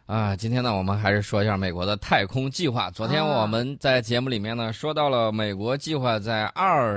今天呢，我们还是说一下美国的太空计划。昨天我们在节目里面呢，说到了美国计划在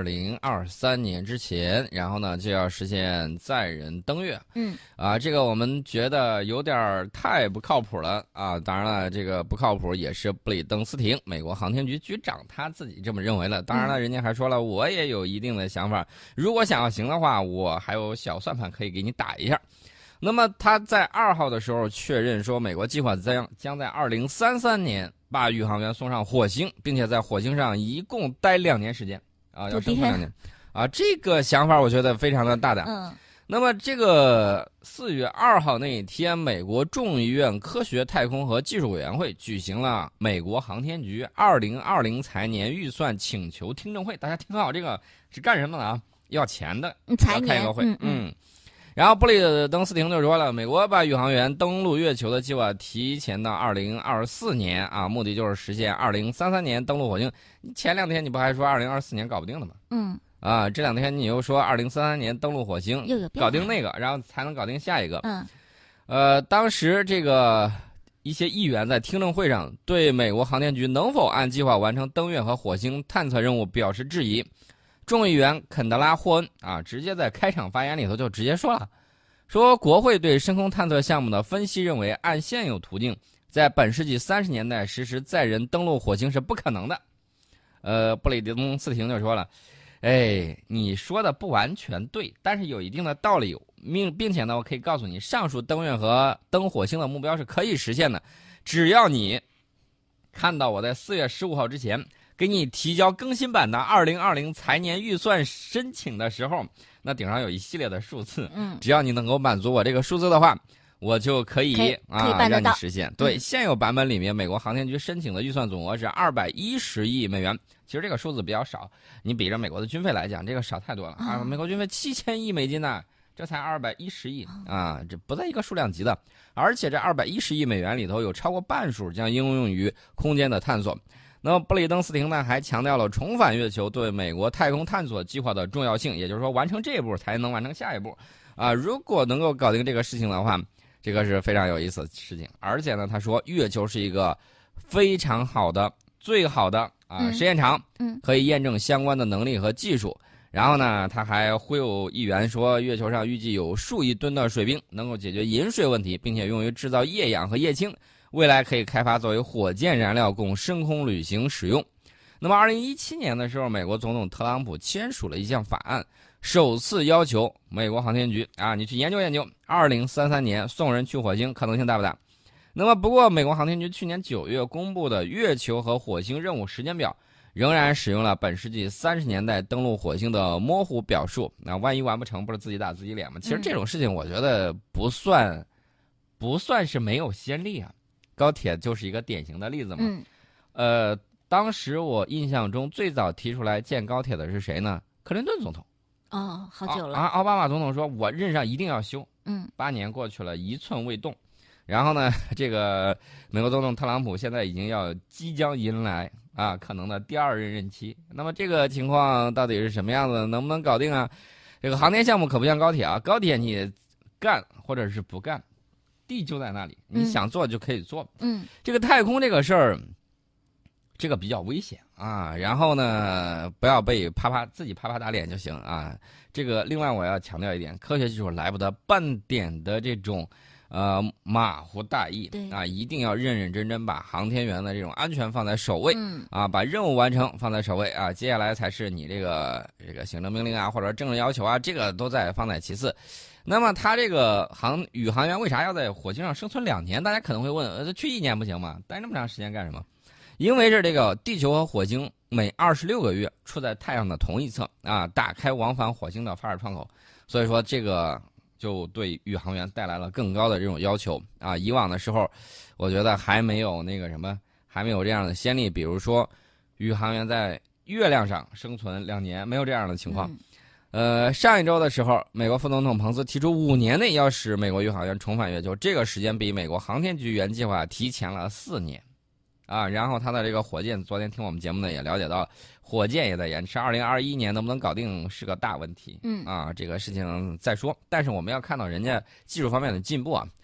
2023年之前，然后呢就要实现载人登月。这个我们觉得有点太不靠谱了啊！当然了，这个不靠谱也是布里登斯廷，美国航天局局长他自己这么认为了。当然了，人家还说了，我也有一定的想法，如果想要行的话，我还有小算盘可以给你打一下。那么他在2号的时候确认说，美国计划将在2033年把宇航员送上火星，并且在火星上一共待2年时间要生存2年这个想法我觉得非常的大胆。那么这个4月2号那一天，美国众议院科学太空和技术委员会举行了美国航天局2020财年预算请求听证会。大家听好，这个是干什么的啊？要钱的， 财年要开一个会。然后布里登斯廷就说了，美国把宇航员登陆月球的计划提前到2024年目的就是实现2033年登陆火星。前2天你不还说2024年搞不定的吗？这2天你又说2033年登陆火星，搞定那个，然后才能搞定下一个。当时这个一些议员在听证会上对美国航天局能否按计划完成登月和火星探测任务表示质疑。众议员肯德拉·霍恩直接在开场发言里头就直接说了，说国会对深空探测项目的分析认为，按现有途径，在本世纪30年代实施载人登陆火星是不可能的。布里登斯廷就说了，你说的不完全对，但是有一定的道理，并且呢，我可以告诉你，上述登月和登火星的目标是可以实现的，只要你看到我在4月15号之前给你提交更新版的2020财年预算申请的时候，那顶上有一系列的数字，只要你能够满足我这个数字的话，我就可以让你实现。对，现有版本里面，美国航天局申请的预算总额是210亿美元。其实这个数字比较少，你比着美国的军费来讲，这个少太多了美国军费7000亿美金呢，这才210亿这不在一个数量级的。而且这210亿美元里头有超过半数将应用于空间的探索。那么布里登斯廷呢还强调了重返月球对美国太空探索计划的重要性，也就是说完成这一步才能完成下一步如果能够搞定这个事情的话，这个是非常有意思的事情。而且呢，他说月球是一个非常好的、最好的实验场，可以验证相关的能力和技术。然后呢，他还忽悠议员说，月球上预计有数亿吨的水冰，能够解决饮水问题，并且用于制造液氧和液氢。未来可以开发作为火箭燃料供深空旅行使用。那么2017年的时候，美国总统特朗普签署了一项法案，首次要求美国航天局你去研究研究2033年送人去火星可能性大不大。那么不过美国航天局去年9月公布的月球和火星任务时间表仍然使用了本世纪30年代登陆火星的模糊表述。那万一完不成，不是自己打自己脸吗？其实这种事情我觉得不算是没有先例高铁就是一个典型的例子嘛。当时我印象中最早提出来建高铁的是谁呢？克林顿总统。 好久了。 奥巴马总统说我任上一定要修。8年过去了，一寸未动。然后呢，这个美国总统特朗普现在即将迎来可能的第2任任期。那么这个情况到底是什么样子？能不能搞定这个航天项目可不像高铁高铁你干或者是不干，地就在那里，你想做就可以做。这个太空这个事儿，这个比较危险然后呢，不要被自己啪啪打脸就行这个另外我要强调一点，科学技术来不得半点的这种马虎大意。一定要认认真真把航天员的这种安全放在首位把任务完成放在首位接下来才是你这个行政命令或者政治要求这个都在放在其次。那么他这个宇航员为啥要在火星上生存2年？大家可能会问，去1年不行吗？待那么长时间干什么？因为是这个地球和火星每26个月处在太阳的同一侧打开往返火星的发射窗口，所以说这个就对宇航员带来了更高的这种要求以往的时候，我觉得还没有这样的先例，比如说宇航员在月亮上生存2年，没有这样的情况。上一周的时候，美国副总统彭斯提出5年内要使美国宇航员重返月球，这个时间比美国航天局原计划提前了4年然后他的这个火箭，昨天听我们节目呢也了解到，火箭也在延迟，2021年能不能搞定是个大问题。这个事情再说。但是我们要看到人家技术方面的进步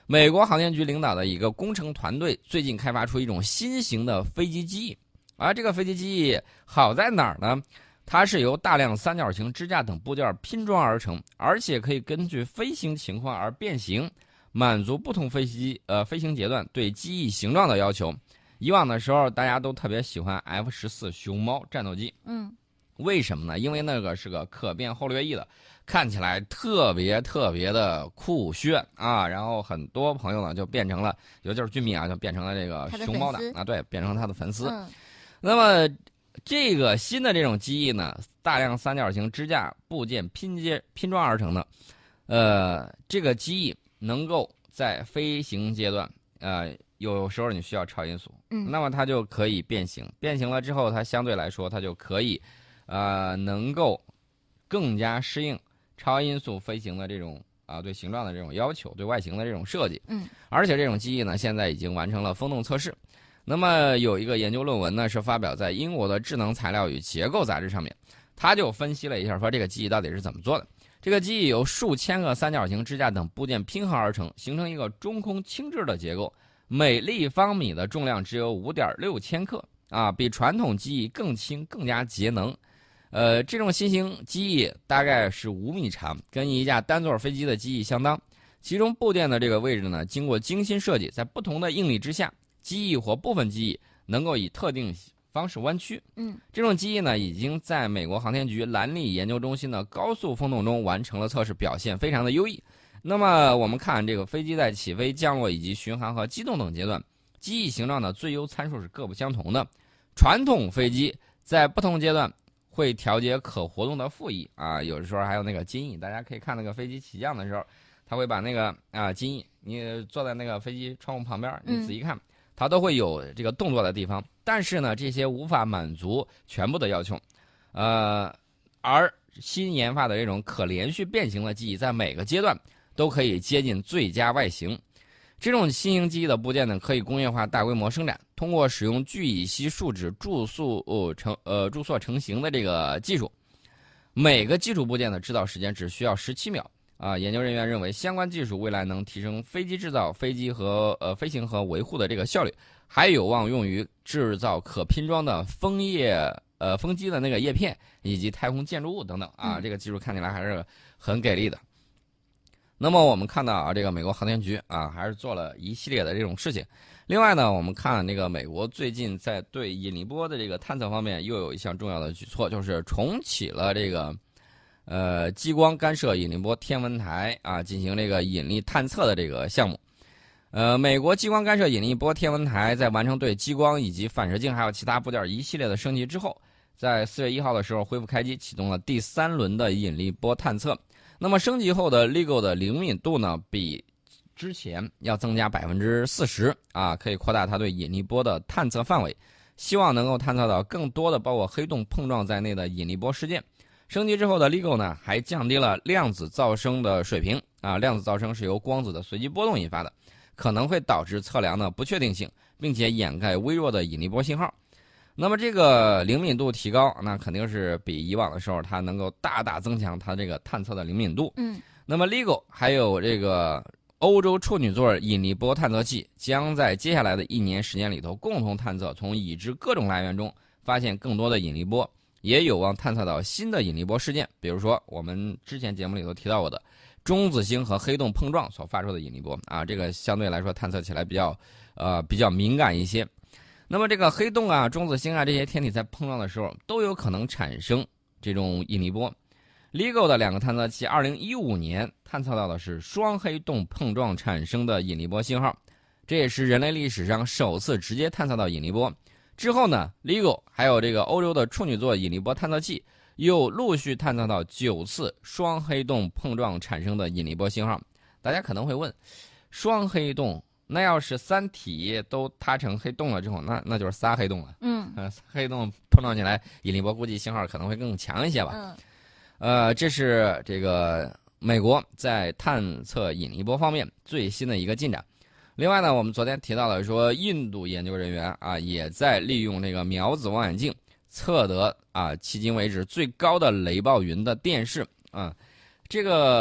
美国航天局领导的一个工程团队最近开发出一种新型的飞机机翼，而这个飞机机翼好在哪儿呢？它是由大量三角形支架等部件拼装而成，而且可以根据飞行情况而变形，满足不同飞行阶段对机翼形状的要求。以往的时候，大家都特别喜欢 F-14熊猫战斗机，为什么呢？因为那个是个可变后掠翼的，看起来特别的酷炫啊！然后很多朋友呢就变成了，尤其是军迷啊，就变成了这个熊猫党啊，对，变成了他的粉丝。那么这个新的这种机翼呢，大量三角形支架部件拼装而成的，这个机翼能够在飞行阶段，有时候你需要超音速，那么它就可以变形，变形了之后，它相对来说它就可以，能够更加适应超音速飞行的这种对形状的这种要求，对外形的这种设计，而且这种机翼呢，现在已经完成了风洞测试。那么有一个研究论文呢，是发表在英国的智能材料与结构杂志上面，他就分析了一下，说这个机翼到底是怎么做的。这个机翼由数千个三角形支架等部件拼合而成，形成一个中空轻质的结构，每立方米的重量只有5.6千克啊，比传统机翼更轻，更加节能。这种新型机翼大概是5米长，跟一架单座飞机的机翼相当。其中部件的这个位置呢，经过精心设计，在不同的应力之下，机翼或部分机翼能够以特定方式弯曲。这种机翼呢，已经在美国航天局兰利研究中心的高速风洞中完成了测试，表现非常的优异。那么我们看这个飞机在起飞、降落以及巡航和机动等阶段，机翼形状的最优参数是各不相同的。传统飞机在不同阶段会调节可活动的副翼啊，有的时候还有那个襟翼，大家可以看那个飞机起降的时候，他会把那个襟翼，你坐在那个飞机窗户旁边，你仔细看，它都会有这个动作的地方。但是呢，这些无法满足全部的要求，而新研发的这种可连续变形的机翼，在每个阶段都可以接近最佳外形。这种新型机翼的部件呢，可以工业化大规模生产，通过使用聚乙烯树脂注塑成型的这个技术，每个基础部件的制造时间只需要17秒。研究人员认为，相关技术未来能提升飞机制造、飞机和飞行和维护的这个效率，还有望用于制造可拼装的风机的那个叶片以及太空建筑物等等这个技术看起来还是很给力的。那么我们看到这个美国航天局还是做了一系列的这种事情。另外呢，我们看这个美国最近在对引力波的这个探测方面又有一项重要的举措，就是重启了这个激光干涉引力波天文台进行这个引力探测的这个项目。美国激光干涉引力波天文台在完成对激光以及反射镜还有其他部件一系列的升级之后，在4月1号的时候恢复开机，启动了第3轮的引力波探测。那么升级后的 LIGO 的灵敏度呢，比之前要增加40%可以扩大它对引力波的探测范围，希望能够探测到更多的包括黑洞碰撞在内的引力波事件。升级之后的 LIGO 呢，还降低了量子噪声的水平量子噪声是由光子的随机波动引发的，可能会导致测量的不确定性，并且掩盖微弱的引力波信号。那么这个灵敏度提高，那肯定是比以往的时候它能够大大增强它这个探测的灵敏度。那么 LIGO 还有这个欧洲处女座引力波探测器将在接下来的1年时间里头共同探测从已知各种来源中发现更多的引力波，也有望探测到新的引力波事件，比如说我们之前节目里头提到过的中子星和黑洞碰撞所发出的引力波这个相对来说探测起来比较敏感一些。那么这个黑洞中子星这些天体在碰撞的时候都有可能产生这种引力波。LIGO 的2个探测器2015年探测到的是双黑洞碰撞产生的引力波信号，这也是人类历史上首次直接探测到引力波。之后呢 LIGO 还有这个欧洲的处女座引力波探测器又陆续探测到9次双黑洞碰撞产生的引力波信号。大家可能会问，双黑洞那要是3体都塌成黑洞了之后，那就是仨黑洞了。黑洞碰撞起来引力波估计信号可能会更强一些吧。这是这个美国在探测引力波方面最新的一个进展。另外呢，我们昨天提到了说，印度研究人员也在利用这个苗子望远镜测得迄今为止最高的雷暴云的电势这个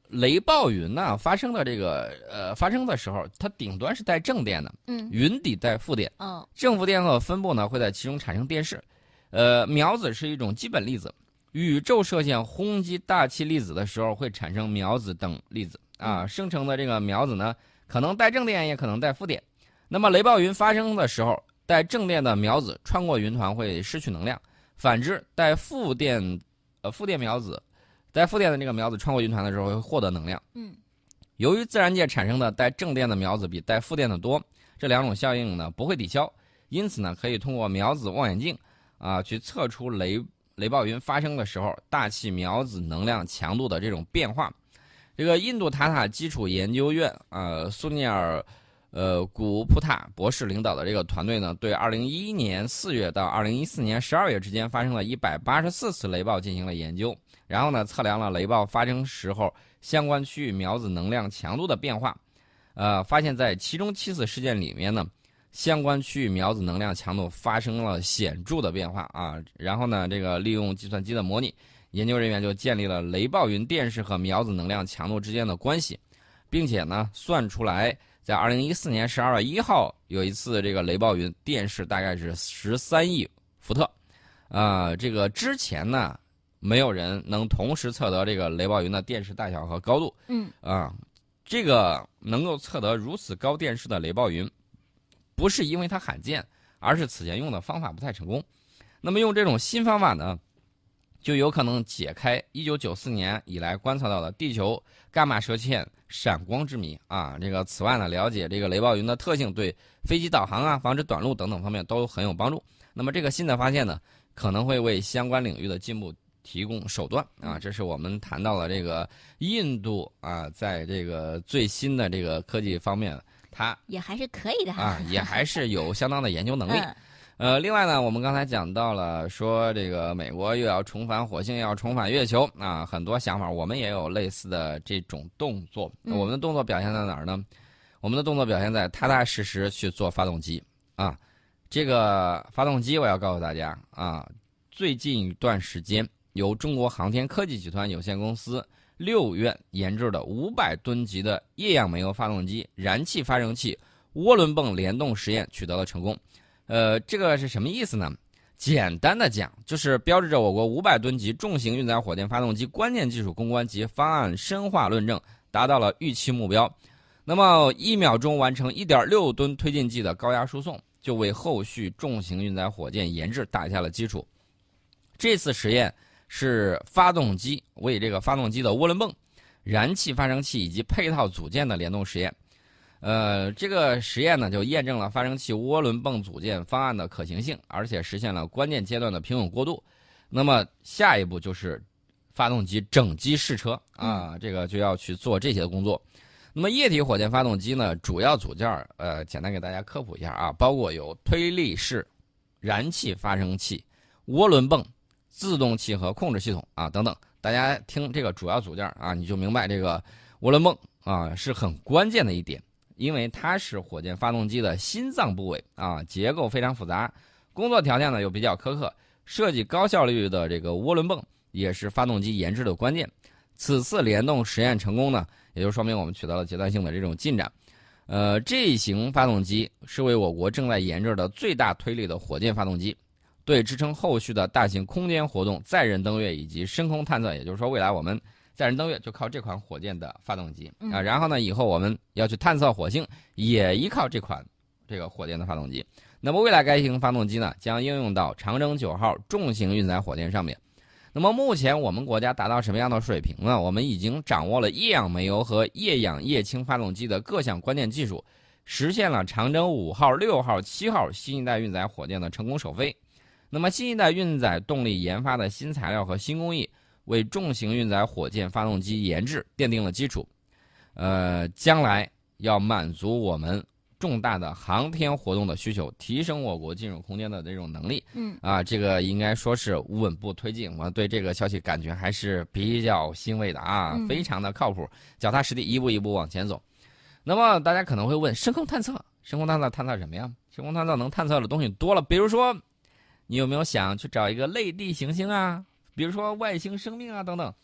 雷暴云呢发生的时候，它顶端是带正电的，云底带负电，正负电荷分布呢会在其中产生电势。苗子是一种基本粒子，宇宙射线轰击大气粒子的时候会产生苗子等粒子啊，生成的这个苗子呢可能带正电也可能带负电。那么雷暴云发生的时候，带正电的苗子穿过云团会失去能量，反之带负电苗子。带负电的这个苗子穿过云团的时候会获得能量。由于自然界产生的带正电的苗子比带负电的多，这两种效应呢不会抵消，因此呢可以通过苗子望远镜去测出雷暴云发生的时候大气苗子能量强度的这种变化。这个印度塔塔基础研究院苏尼尔古普塔博士领导的这个团队呢，对2011年4月到2014年12月之间发生了184次雷暴进行了研究，然后呢测量了雷暴发生时候相关区域苗子能量强度的变化，发现在其中7次事件里面呢，相关区域苗子能量强度发生了显著的变化啊。然后呢，这个利用计算机的模拟，研究人员就建立了雷暴云电势和苗子能量强度之间的关系，并且呢算出来。在2014年12月1号有一次这个雷暴云电势大概是13亿伏特，这个之前呢没有人能同时测得这个雷暴云的电势大小和高度。这个能够测得如此高电势的雷暴云，不是因为它罕见，而是此前用的方法不太成功。那么用这种新方法呢，就有可能解开1994年以来观测到的地球伽马射线闪光之谜啊！此外呢，了解这个雷暴云的特性，对飞机导航防止短路等等方面都很有帮助。那么这个新的发现呢，可能会为相关领域的进步提供手段啊！这是我们谈到了这个印度在这个最新的这个科技方面，它也还是可以的也还是有相当的研究能力。另外呢，我们刚才讲到了说这个美国又要重返火星，又要重返月球很多想法，我们也有类似的这种动作。我们的动作表现在哪儿呢？我们的动作表现在踏踏实实去做发动机这个发动机我要告诉大家最近一段时间由中国航天科技集团有限公司6院研制的500吨级的液氧煤油发动机燃气发生器涡轮泵联动实验取得了成功。这个是什么意思呢？简单的讲，就是标志着我国500吨级重型运载火箭发动机关键技术攻关及方案深化论证达到了预期目标。那么1秒钟完成 1.6 吨推进剂的高压输送，就为后续重型运载火箭研制打下了基础。这次实验是发动机为这个发动机的涡轮泵、燃气发生器以及配套组件的联动实验。这个实验呢，就验证了发生器涡轮泵组件方案的可行性，而且实现了关键阶段的平稳过渡。那么下一步就是发动机整机试车这个就要去做这些工作。那么液体火箭发动机呢，主要组件简单给大家科普一下包括有推力式燃气发生器、涡轮泵、自动器和控制系统等等。大家听这个主要组件你就明白这个涡轮泵是很关键的一点。因为它是火箭发动机的心脏部位结构非常复杂，工作条件呢又比较苛刻，设计高效率的这个涡轮泵也是发动机研制的关键。此次联动实验成功呢，也就说明我们取得了阶段性的这种进展。这一型发动机是为我国正在研制的最大推力的火箭发动机，对支撑后续的大型空间活动、载人登月以及深空探测，也就是说未来我们载人登月就靠这款火箭的发动机然后呢，以后我们要去探测火星，也依靠这个火箭的发动机。那么未来该型发动机呢，将应用到长征9号重型运载火箭上面。那么目前我们国家达到什么样的水平呢？我们已经掌握了液氧煤油和液氧液氢发动机的各项关键技术，实现了长征5号、6号、7号新一代运载火箭的成功首飞。那么新一代运载动力研发的新材料和新工艺，为重型运载火箭发动机研制奠定了基础。将来要满足我们重大的航天活动的需求，提升我国进入空间的这种能力。这个应该说是稳步推进。我对这个消息感觉还是比较欣慰的非常的靠谱，脚踏实地，一步一步往前走。那么大家可能会问，深空探测探测什么呀？深空探测能探测的东西多了，比如说你有没有想去找一个类地行星比如说外星生命等等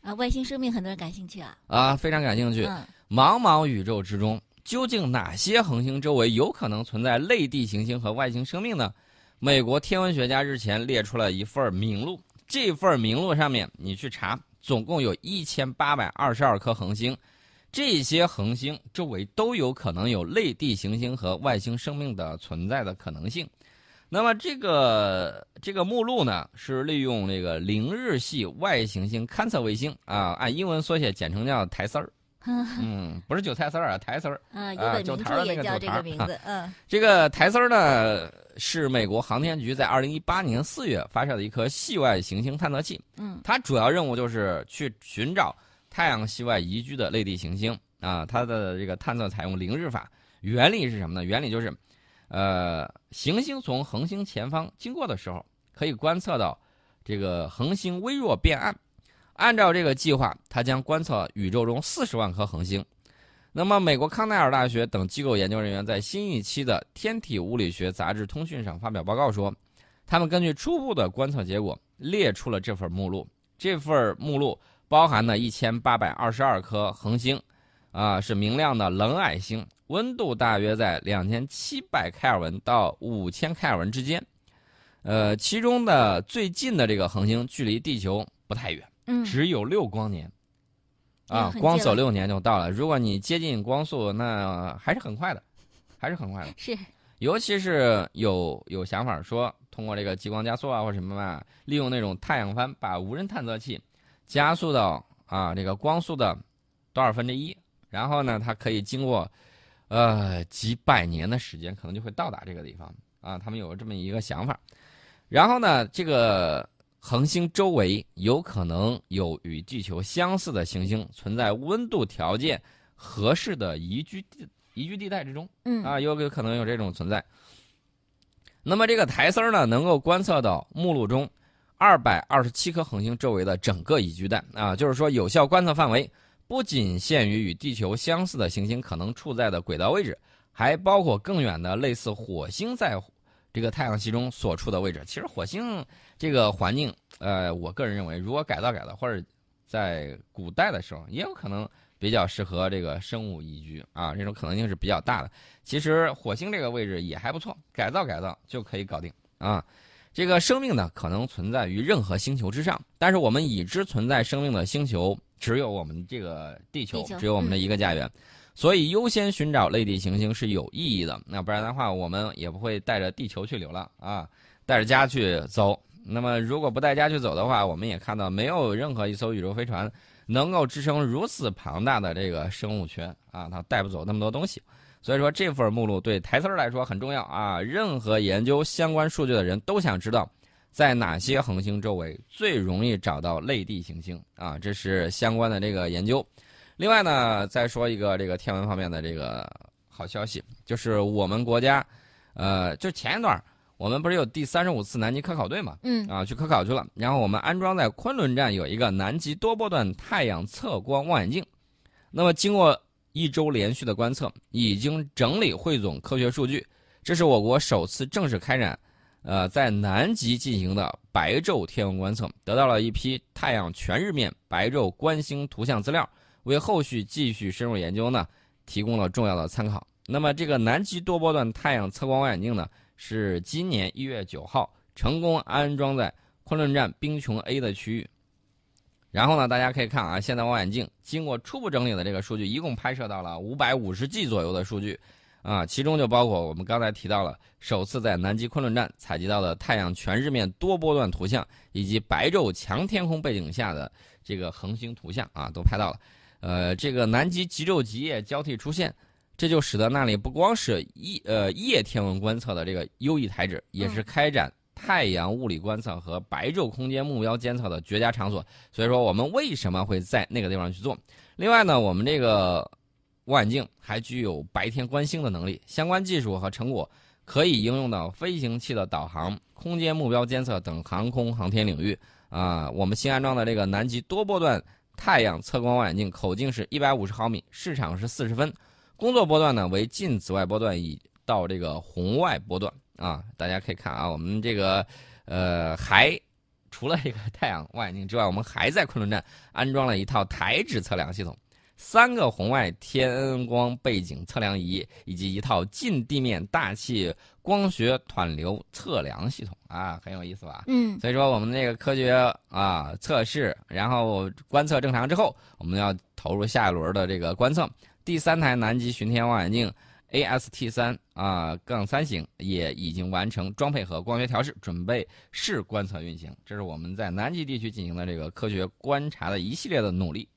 啊，外星生命很多人感兴趣啊。 啊，非常感兴趣。茫茫宇宙之中，究竟哪些恒星周围有可能存在类地行星和外星生命呢？美国天文学家日前列出了一份名录，这份名录上面你去查，总共有1822颗恒星，这些恒星周围都有可能有类地行星和外星生命的存在的可能性。那么这个目录呢，是利用这个凌日系外行星勘测卫星啊，按英文缩写简称叫台丝儿。不是韭菜丝儿啊，台丝儿。 有本名著也叫这个名字。 这个台丝儿呢，是美国航天局在2018年4月发射的一颗系外行星探测器。它主要任务就是去寻找太阳系外宜居的类地行星啊。它的这个探测采用凌日法，原理是什么呢？原理就是，行星从恒星前方经过的时候，可以观测到这个恒星微弱变暗。按照这个计划，它将观测宇宙中40万颗恒星。那么，美国康奈尔大学等机构研究人员在新一期的《天体物理学杂志·通讯》上发表报告说，他们根据初步的观测结果列出了这份目录。这份目录包含了1822颗恒星，是明亮的冷矮星，温度大约在2700开尔文到5000开尔文之间。其中的最近的这个恒星距离地球不太远。只有6光年，光走6年就到了。如果你接近光速，那还是很快的， 是， 尤其是有想法说，通过这个激光加速啊，或者什么吧，利用那种太阳帆，把无人探测器加速到这个光速的多少分之一，然后呢，它可以经过几百年的时间，可能就会到达这个地方啊。他们有这么一个想法，然后呢，这个恒星周围有可能有与地球相似的行星存在温度条件合适的宜居地带之中，有可能有这种存在。那么这个台丝儿呢，能够观测到目录中227颗恒星周围的整个宜居带啊，就是说有效观测范围不仅限于与地球相似的行星可能处在的轨道位置，还包括更远的类似火星在这个太阳系中所处的位置。其实火星这个环境，我个人认为，如果改造，或者在古代的时候，也有可能比较适合这个生物宜居啊，这种可能性是比较大的。其实火星这个位置也还不错，改造就可以搞定啊。这个生命呢，可能存在于任何星球之上，但是我们已知存在生命的星球只有我们这个地球，只有我们的一个家园。所以优先寻找类地行星是有意义的，那不然的话，我们也不会带着地球去流浪啊，带着家去走。那么如果不带家去走的话，我们也看到没有任何一艘宇宙飞船能够支撑如此庞大的这个生物圈啊，它带不走那么多东西。所以说这份目录对台丝儿来说很重要啊，任何研究相关数据的人都想知道，在哪些恒星周围最容易找到类地行星啊，这是相关的这个研究。另外呢，再说一个这个天文方面的这个好消息，就是我们国家，就前一段我们不是有第35次南极科考队嘛，去科考去了，然后我们安装在昆仑站有一个南极多波段太阳测光望远镜，那么经过1周连续的观测，已经整理汇总科学数据，这是我国首次正式开展，在南极进行的白昼天文观测，得到了一批太阳全日面白昼观星图像资料。为后续继续深入研究呢，提供了重要的参考。那么这个南极多波段太阳测光望远镜呢，是今年1月9号成功安装在昆仑站冰穹 A 的区域。然后呢，大家可以看啊，现在望远镜经过初步整理的这个数据，一共拍摄到了550G 左右的数据啊，其中就包括我们刚才提到了首次在南极昆仑站采集到的太阳全日面多波段图像，以及白昼强天空背景下的这个恒星图像啊，都拍到了。这个南极极昼极夜交替出现，这就使得那里不光是夜天文观测的这个优异台址，也是开展太阳物理观测和白昼空间目标监测的绝佳场所。所以说，我们为什么会在那个地方去做？另外呢，我们这个望远镜还具有白天观星的能力，相关技术和成果可以应用到飞行器的导航、空间目标监测等航空航天领域啊。我们新安装的这个南极多波段太阳测光望远镜口径是150毫米，视场是40分，工作波段呢为近紫外波段到这个红外波段啊。大家可以看啊，我们这个还除了这个太阳望远镜之外，我们还在昆仑站安装了一套台指测量系统，3个红外天光背景测量仪，以及一套近地面大气光学湍流测量系统啊，很有意思吧？所以说我们这个科学测试，然后观测正常之后，我们要投入下一轮的这个观测。第3台南极巡天望远镜 AST3 -3型也已经完成装配和光学调试，准备试观测运行。这是我们在南极地区进行的这个科学观察的一系列的努力。